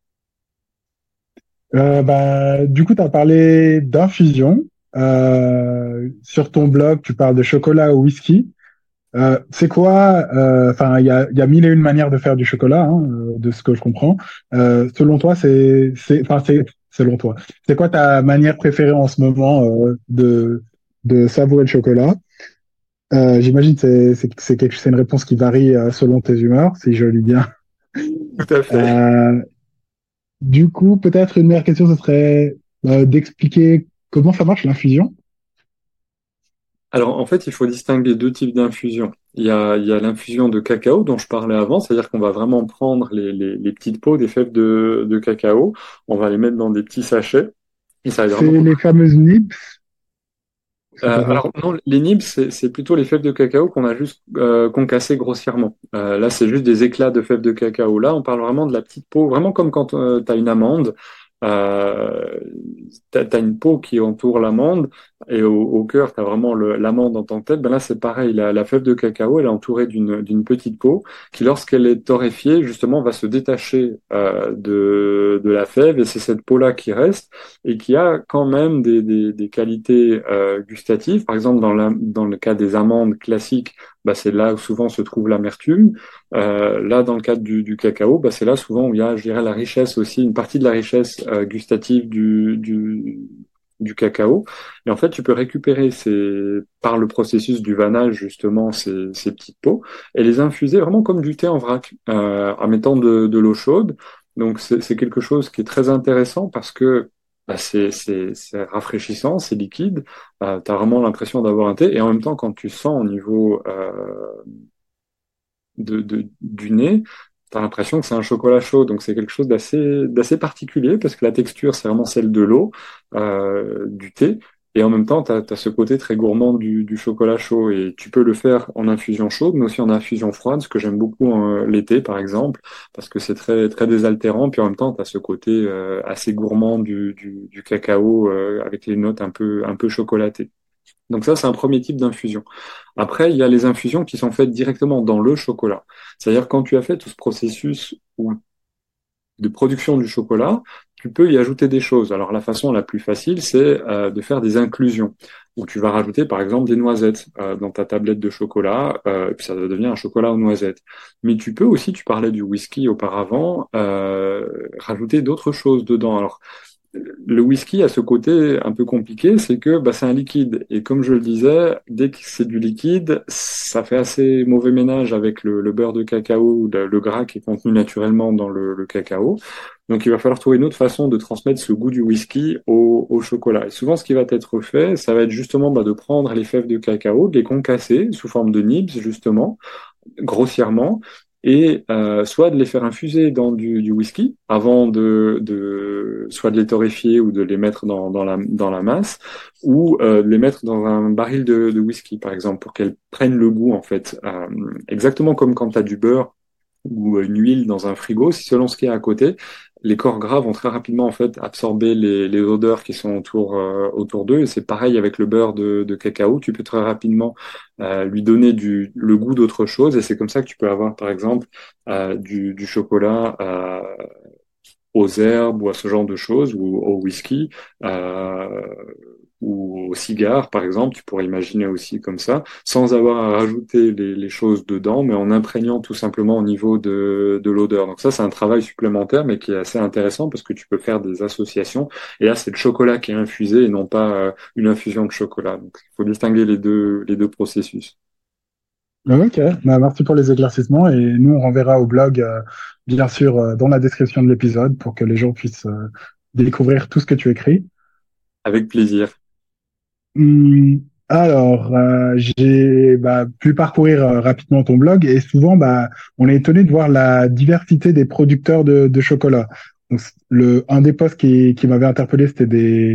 Du coup, tu as parlé d'infusion. Sur ton blog, tu parles de chocolat au whisky. C'est quoi, enfin, il y a mille et une manières de faire du chocolat, hein, de ce que je comprends. Selon toi, selon toi, c'est quoi ta manière préférée en ce moment de savourer le chocolat? J'imagine que c'est une réponse qui varie selon tes humeurs, si je lis bien. Tout à fait. Euh, du coup, peut-être une meilleure question, ce serait d'expliquer comment ça marche l'infusion. Alors, en fait, il faut distinguer deux types d'infusion. Il y a l'infusion de cacao dont je parlais avant, c'est-à-dire qu'on va vraiment prendre les petites peaux des fèves de cacao, on va les mettre dans des petits sachets, et ça va être C'est vraiment. les fameuses nibs, c'est pas ça. Alors non, les nibs, c'est plutôt les fèves de cacao qu'on a juste concassées grossièrement. Là, c'est juste des éclats de fèves de cacao. Là, on parle vraiment de la petite peau, vraiment comme quand tu as une amande. Euh, t'as une peau qui entoure l'amande et au cœur, tu as vraiment l'amande en tant que telle. Ben là, c'est pareil. La fève de cacao, elle est entourée d'une petite peau qui, lorsqu'elle est torréfiée, justement, va se détacher de la fève et c'est cette peau-là qui reste et qui a quand même des qualités gustatives. Par exemple, dans le cas des amandes classiques, bah, c'est là où souvent se trouve l'amertume. Là, dans le cadre du cacao, bah, c'est là souvent où il y a, je dirais, la richesse aussi, une partie de la richesse gustative du cacao. Et en fait, tu peux récupérer par le processus du vannage, justement, ces petites pots et les infuser vraiment comme du thé en vrac, en mettant de l'eau chaude. Donc, c'est quelque chose qui est très intéressant parce que bah, c'est rafraîchissant, c'est liquide. Tu as vraiment l'impression d'avoir un thé. Et en même temps, quand tu sens au niveau du nez, tu as l'impression que c'est un chocolat chaud. Donc c'est quelque chose d'assez particulier parce que la texture, c'est vraiment celle de l'eau, du thé. Et en même temps, tu as ce côté très gourmand du chocolat chaud. Et tu peux le faire en infusion chaude, mais aussi en infusion froide, ce que j'aime beaucoup l'été, par exemple, parce que c'est très, très désaltérant. Puis en même temps, tu as ce côté assez gourmand du cacao avec les notes un peu chocolatées. Donc ça, c'est un premier type d'infusion. Après, il y a les infusions qui sont faites directement dans le chocolat. C'est-à-dire quand tu as fait tout ce processus de production du chocolat, tu peux y ajouter des choses. Alors la façon la plus facile, c'est de faire des inclusions, où tu vas rajouter par exemple des noisettes dans ta tablette de chocolat, et puis ça va devenir un chocolat aux noisettes. Mais tu peux aussi, tu parlais du whisky auparavant, rajouter d'autres choses dedans. Alors le whisky a ce côté un peu compliqué, c'est que bah, c'est un liquide. Et comme je le disais, dès que c'est du liquide, ça fait assez mauvais ménage avec le beurre de cacao ou le gras qui est contenu naturellement dans le cacao. Donc il va falloir trouver une autre façon de transmettre ce goût du whisky au chocolat. Et souvent, ce qui va être fait, ça va être justement bah, de prendre les fèves de cacao, de les concasser sous forme de nibs, justement, grossièrement, et soit de les faire infuser dans du whisky avant soit de les torréfier ou de les mettre dans la masse, ou de les mettre dans un baril de whisky, par exemple, pour qu'elles prennent le goût, en fait. Exactement comme quand tu as du beurre ou une huile dans un frigo, si selon ce qu'il y a à côté, les corps gras vont très rapidement en fait absorber les odeurs qui sont autour d'eux. Et c'est pareil avec le beurre de cacao, tu peux très rapidement lui donner le goût d'autre chose. Et c'est comme ça que tu peux avoir par exemple du chocolat aux herbes ou à ce genre de choses, ou au whisky, ou au cigare, par exemple, tu pourrais imaginer aussi comme ça, sans avoir à rajouter les choses dedans, mais en imprégnant tout simplement au niveau de l'odeur. Donc ça, c'est un travail supplémentaire, mais qui est assez intéressant parce que tu peux faire des associations. Et là, c'est le chocolat qui est infusé et non pas une infusion de chocolat. Donc il faut distinguer les deux processus. Ok, bah, merci pour les éclaircissements et nous on renverra au blog, bien sûr, dans la description de l'épisode pour que les gens puissent découvrir tout ce que tu écris. Avec plaisir. Alors, j'ai pu parcourir rapidement ton blog et souvent, on est étonné de voir la diversité des producteurs de chocolat. Donc, un des posts qui m'avait interpellé, c'était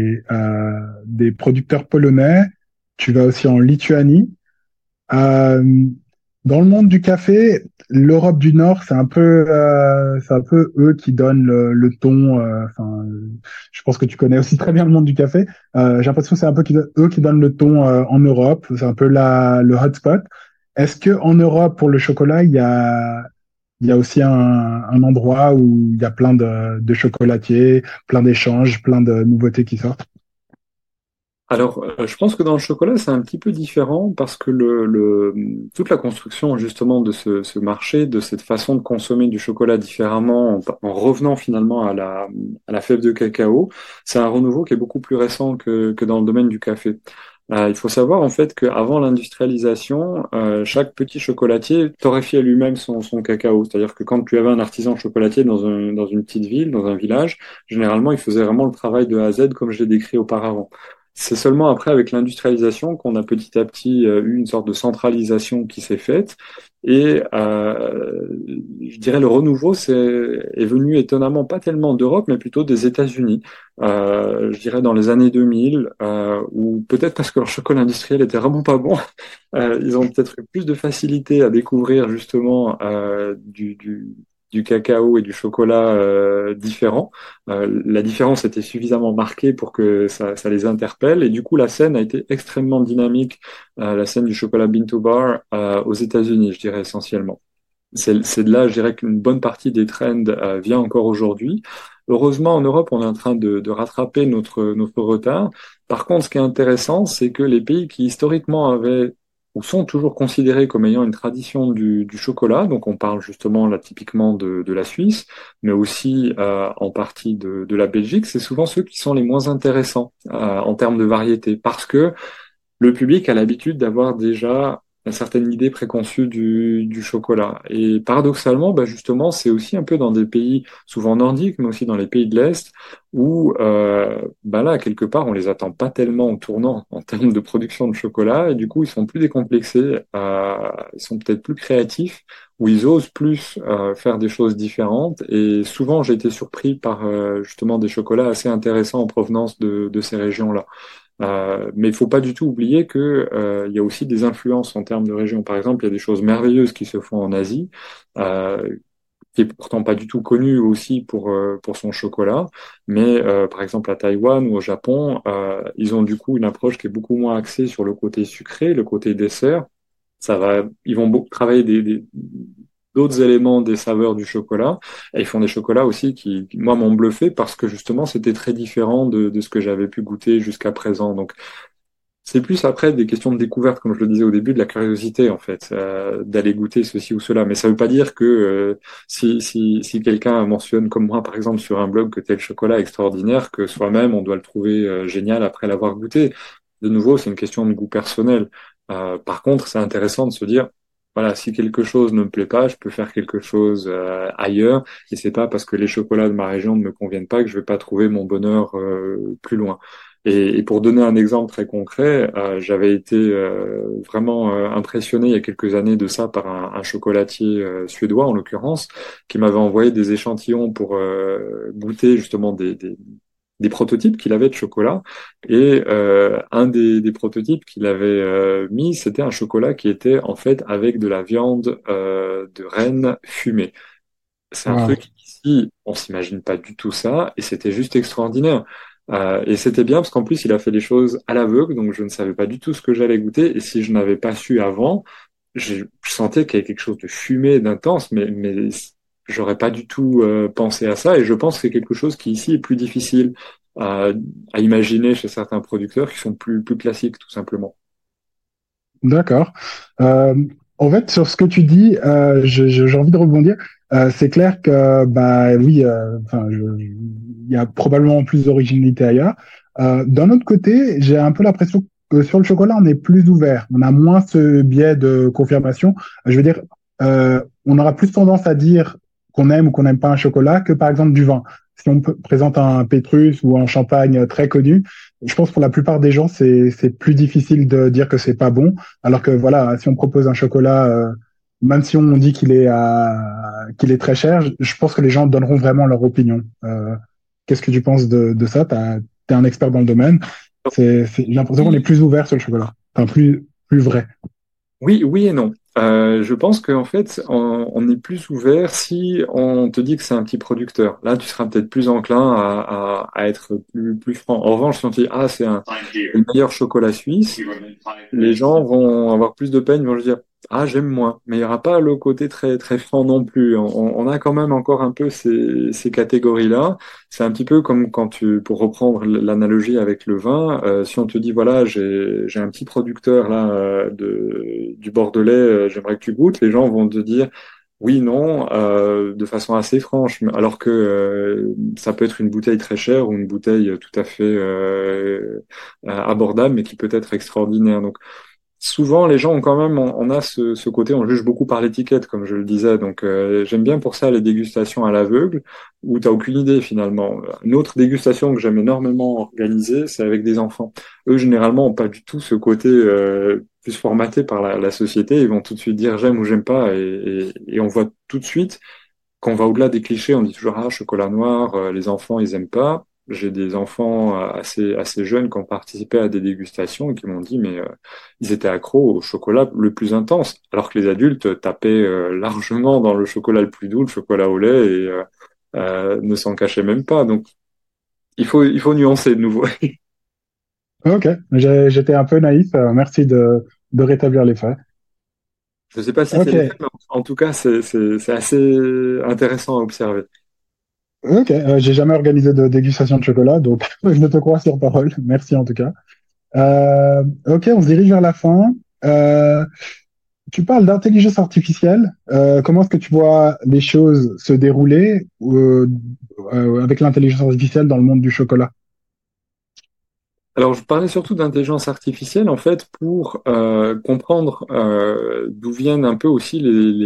des producteurs polonais. Tu vas aussi en Lituanie. Euh, Dans le monde du café, l'Europe du Nord, c'est un peu eux qui donnent le ton. Je pense que tu connais aussi très bien le monde du café. J'ai l'impression que c'est un peu eux qui donnent le ton en Europe. C'est un peu le hotspot. Est-ce que en Europe, pour le chocolat, il y a aussi un endroit où il y a plein de chocolatiers, plein d'échanges, plein de nouveautés qui sortent? Alors, je pense que dans le chocolat, c'est un petit peu différent parce que toute la construction justement de ce marché, de cette façon de consommer du chocolat différemment, en revenant finalement à la fève de cacao, c'est un renouveau qui est beaucoup plus récent que dans le domaine du café. Il faut savoir en fait qu'avant l'industrialisation, chaque petit chocolatier torréfiait lui-même son cacao. C'est-à-dire que quand tu avais un artisan chocolatier dans une petite ville, dans un village, généralement il faisait vraiment le travail de A à Z comme je l'ai décrit auparavant. C'est seulement après, avec l'industrialisation, qu'on a petit à petit eu une sorte de centralisation qui s'est faite. Et je dirais le renouveau est venu étonnamment pas tellement d'Europe, mais plutôt des États-Unis. Je dirais dans les années 2000, ou peut-être parce que leur chocolat industriel était vraiment pas bon, ils ont peut-être eu plus de facilité à découvrir justement du cacao et du chocolat différents. La différence était suffisamment marquée pour que ça les interpelle. Et du coup, la scène a été extrêmement dynamique, la scène du chocolat bean to bar aux États-Unis, je dirais essentiellement. C'est de là, je dirais qu'une bonne partie des trends vient encore aujourd'hui. Heureusement, en Europe, on est en train de rattraper notre retard. Par contre, ce qui est intéressant, c'est que les pays qui historiquement avaient ou sont toujours considérés comme ayant une tradition du chocolat. Donc on parle justement là typiquement de la Suisse, mais aussi en partie de la Belgique. C'est souvent ceux qui sont les moins intéressants en termes de variété, parce que le public a l'habitude d'avoir déjà une certaine idée préconçue du chocolat. Et paradoxalement, bah justement, c'est aussi un peu dans des pays souvent nordiques, mais aussi dans les pays de l'Est, où bah là, quelque part, on les attend pas tellement au tournant en termes de production de chocolat, et du coup, ils sont plus décomplexés, ils sont peut-être plus créatifs, où ils osent plus faire des choses différentes. Et souvent, j'ai été surpris par justement des chocolats assez intéressants en provenance de ces régions-là. Mais il faut pas du tout oublier que il y a aussi des influences en termes de région. Par exemple, il y a des choses merveilleuses qui se font en Asie, euh, qui est pourtant pas du tout connue aussi pour son chocolat. Mais par exemple à Taïwan ou au Japon, ils ont du coup une approche qui est beaucoup moins axée sur le côté sucré, le côté dessert. Ils vont beaucoup travailler d'autres éléments des saveurs du chocolat. Et ils font des chocolats aussi qui moi, m'ont bluffé parce que justement, c'était très différent de ce que j'avais pu goûter jusqu'à présent. Donc, c'est plus après des questions de découverte, comme je le disais au début, de la curiosité, en fait, d'aller goûter ceci ou cela. Mais ça veut pas dire que si quelqu'un mentionne, comme moi, par exemple, sur un blog, que tel chocolat est extraordinaire, que soi-même, on doit le trouver génial après l'avoir goûté. De nouveau, c'est une question de goût personnel. Par contre, c'est intéressant de se dire, voilà, si quelque chose ne me plaît pas, je peux faire quelque chose ailleurs, et c'est pas parce que les chocolats de ma région ne me conviennent pas que je vais pas trouver mon bonheur plus loin. Et pour donner un exemple très concret, j'avais été vraiment impressionné il y a quelques années de ça par un chocolatier suédois en l'occurrence, qui m'avait envoyé des échantillons pour goûter justement des prototypes qu'il avait de chocolat. Et un des prototypes qu'il avait mis, c'était un chocolat qui était en fait avec de la viande de renne fumée. C'est un Wow. truc ici, on s'imagine pas du tout ça, et c'était juste extraordinaire. Et c'était bien parce qu'en plus il a fait les choses à l'aveugle, donc je ne savais pas du tout ce que j'allais goûter. Et si je n'avais pas su avant, je sentais qu'il y avait quelque chose de fumé, d'intense, mais j'aurais pas du tout pensé à ça. Et je pense que c'est quelque chose qui ici est plus difficile à, à imaginer chez certains producteurs qui sont plus classiques, tout simplement. D'accord. Euh, En fait, sur ce que tu dis, j'ai envie de rebondir. C'est clair que, bah oui, enfin, il y a probablement plus d'originalité ailleurs. D'un autre côté, j'ai un peu l'impression que sur le chocolat, on est plus ouvert. On a moins ce biais de confirmation. Je veux dire, on aura plus tendance à dire qu'on aime ou qu'on n'aime pas un chocolat que par exemple du vin. Si présente un Pétrus ou un champagne très connu, je pense pour la plupart des gens, c'est plus difficile de dire que c'est pas bon. Alors que voilà, si on propose un chocolat, même si on dit qu'il est très cher, je pense que les gens donneront vraiment leur opinion. Qu'est-ce que tu penses de ça? T'es un expert dans le domaine. J'ai l'impression qu'on est plus ouvert sur le chocolat. Enfin, plus vrai. Oui, oui et non. Je pense qu'en fait, on est plus ouvert si on te dit que c'est un petit producteur. Là, tu seras peut-être plus enclin à être plus franc. En revanche, si on te dit, ah, c'est le meilleur chocolat suisse, les gens vont avoir plus de peine, ils vont se dire, ah, j'aime moins. Mais il n'y aura pas le côté très, très franc non plus. On a quand même encore un peu ces catégories-là. C'est un petit peu comme quand pour reprendre l'analogie avec le vin, si on te dit, voilà, j'ai un petit producteur là du Bordelais, j'aimerais que tu goûtes, les gens vont te dire, oui, non, de façon assez franche, alors que ça peut être une bouteille très chère ou une bouteille tout à fait abordable, mais qui peut être extraordinaire. Donc, souvent, les gens ont quand même, on a ce côté, on juge beaucoup par l'étiquette, comme je le disais. Donc, j'aime bien pour ça les dégustations à l'aveugle, où t'as aucune idée finalement. Une autre dégustation que j'aime énormément organiser, c'est avec des enfants. Eux, généralement, ont pas du tout ce côté plus formaté par la société. Ils vont tout de suite dire j'aime ou j'aime pas, et on voit tout de suite quand on va au-delà des clichés. On dit toujours ah chocolat noir, les enfants ils aiment pas. J'ai des enfants assez jeunes qui ont participé à des dégustations et qui m'ont dit, mais ils étaient accros au chocolat le plus intense, alors que les adultes tapaient largement dans le chocolat le plus doux, le chocolat au lait, et ne s'en cachaient même pas. Donc, il faut nuancer de nouveau. Ok, j'étais un peu naïf. Merci de rétablir les faits. Je sais pas si c'est Ok, les faits, mais en tout cas, c'est assez intéressant à observer. ok. J'ai jamais organisé de dégustation de chocolat, donc je te crois sur parole. Merci en tout cas. Ok, on se dirige vers la fin. Euh, Tu parles d'intelligence artificielle. Comment est-ce que tu vois les choses se dérouler avec l'intelligence artificielle dans le monde du chocolat? Alors, je parlais surtout d'intelligence artificielle, en fait, pour comprendre d'où viennent un peu aussi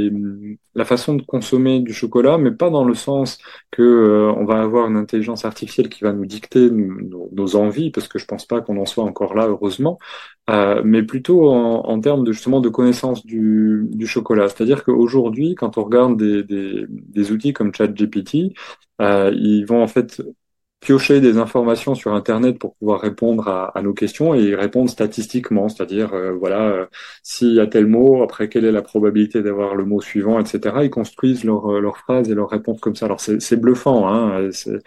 la façon de consommer du chocolat, mais pas dans le sens que on va avoir une intelligence artificielle qui va nous dicter nos envies, parce que je pense pas qu'on en soit encore là, heureusement, mais plutôt en termes de justement de connaissance du chocolat. C'est-à-dire qu'aujourd'hui, quand on regarde des outils comme ChatGPT, ils vont en fait piocher des informations sur Internet pour pouvoir répondre à nos questions et y répondre statistiquement, c'est-à-dire voilà, s'il y a tel mot, après quelle est la probabilité d'avoir le mot suivant, etc. Ils construisent leurs phrases et leurs réponses comme ça. Alors c'est bluffant, hein,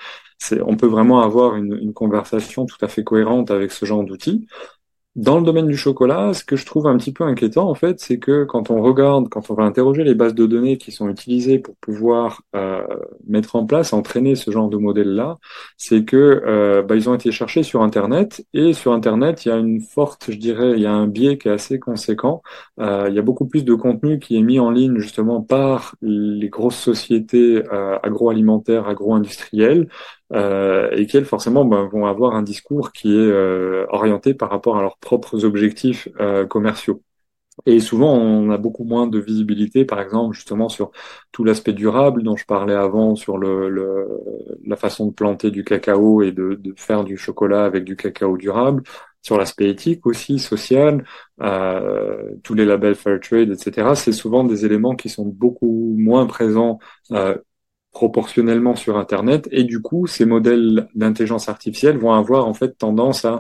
on peut vraiment avoir une conversation tout à fait cohérente avec ce genre d'outils. Dans le domaine du chocolat, ce que je trouve un petit peu inquiétant, en fait, c'est que quand on regarde, quand on va interroger les bases de données qui sont utilisées pour pouvoir mettre en place, entraîner ce genre de modèle-là, c'est que ils ont été cherchés sur Internet et sur Internet, il y a une forte, je dirais, il y a un biais qui est assez conséquent. Il y a beaucoup plus de contenu qui est mis en ligne justement par les grosses sociétés agroalimentaires, agro-industrielles et qui, elles, forcément, vont avoir un discours qui est orienté par rapport à leurs propres objectifs commerciaux. Et souvent, on a beaucoup moins de visibilité, par exemple, justement, sur tout l'aspect durable dont je parlais avant, sur la façon de planter du cacao et de faire du chocolat avec du cacao durable, sur l'aspect éthique aussi, social, tous les labels Fairtrade, etc. C'est souvent des éléments qui sont beaucoup moins présents proportionnellement sur Internet, et du coup, ces modèles d'intelligence artificielle vont avoir en fait tendance à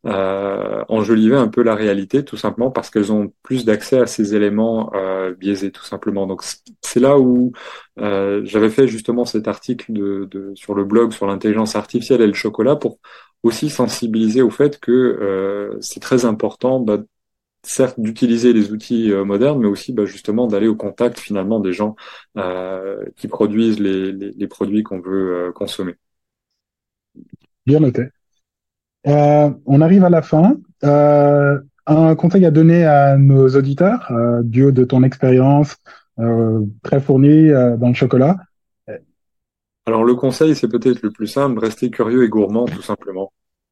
enjoliver un peu la réalité, tout simplement parce qu'elles ont plus d'accès à ces éléments biaisés, tout simplement. Donc c'est là où j'avais fait justement cet article sur le blog sur l'intelligence artificielle et le chocolat pour aussi sensibiliser au fait que c'est très important certes d'utiliser les outils modernes, mais aussi justement d'aller au contact finalement des gens qui produisent les produits qu'on veut consommer. Bien noté. On arrive à la fin. Un conseil à donner à nos auditeurs, du haut de ton expérience très fournie dans le chocolat. Alors le conseil, c'est peut-être le plus simple, rester curieux et gourmand, tout simplement.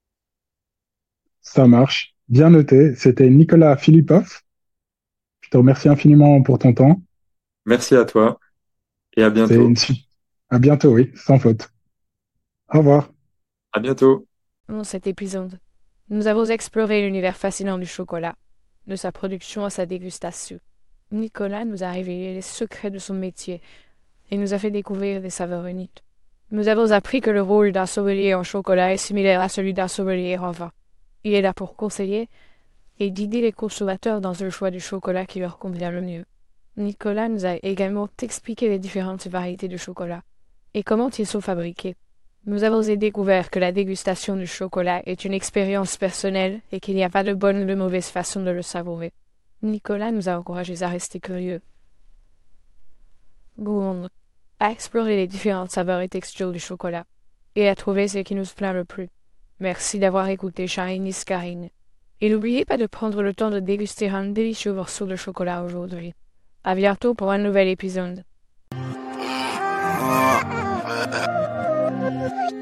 Ça marche. Bien noté. C'était Nicolas Philippov. Je te remercie infiniment pour ton temps. Merci à toi et à C'est bientôt. une suite. À bientôt, oui, sans faute. Au revoir. À bientôt. Dans cet épisode, nous avons exploré l'univers fascinant du chocolat, de sa production à sa dégustation. Nicolas nous a révélé les secrets de son métier et nous a fait découvrir des saveurs uniques. Nous avons appris que le rôle d'un sommelier en chocolat est similaire à celui d'un sommelier en vin. Il est là pour conseiller et guider les consommateurs dans le choix du chocolat qui leur convient le mieux. Nicolas nous a également expliqué les différentes variétés de chocolat et comment ils sont fabriqués. Nous avons découvert que la dégustation du chocolat est une expérience personnelle et qu'il n'y a pas de bonne ou de mauvaise façon de le savourer. Nicolas nous a encouragés à rester curieux, gourmands, à explorer les différentes saveurs et textures du chocolat et à trouver ce qui nous plaît le plus. Merci d'avoir écouté Shiny Scarine. Et n'oubliez pas de prendre le temps de déguster un délicieux morceau de chocolat aujourd'hui. À bientôt pour un nouvel épisode.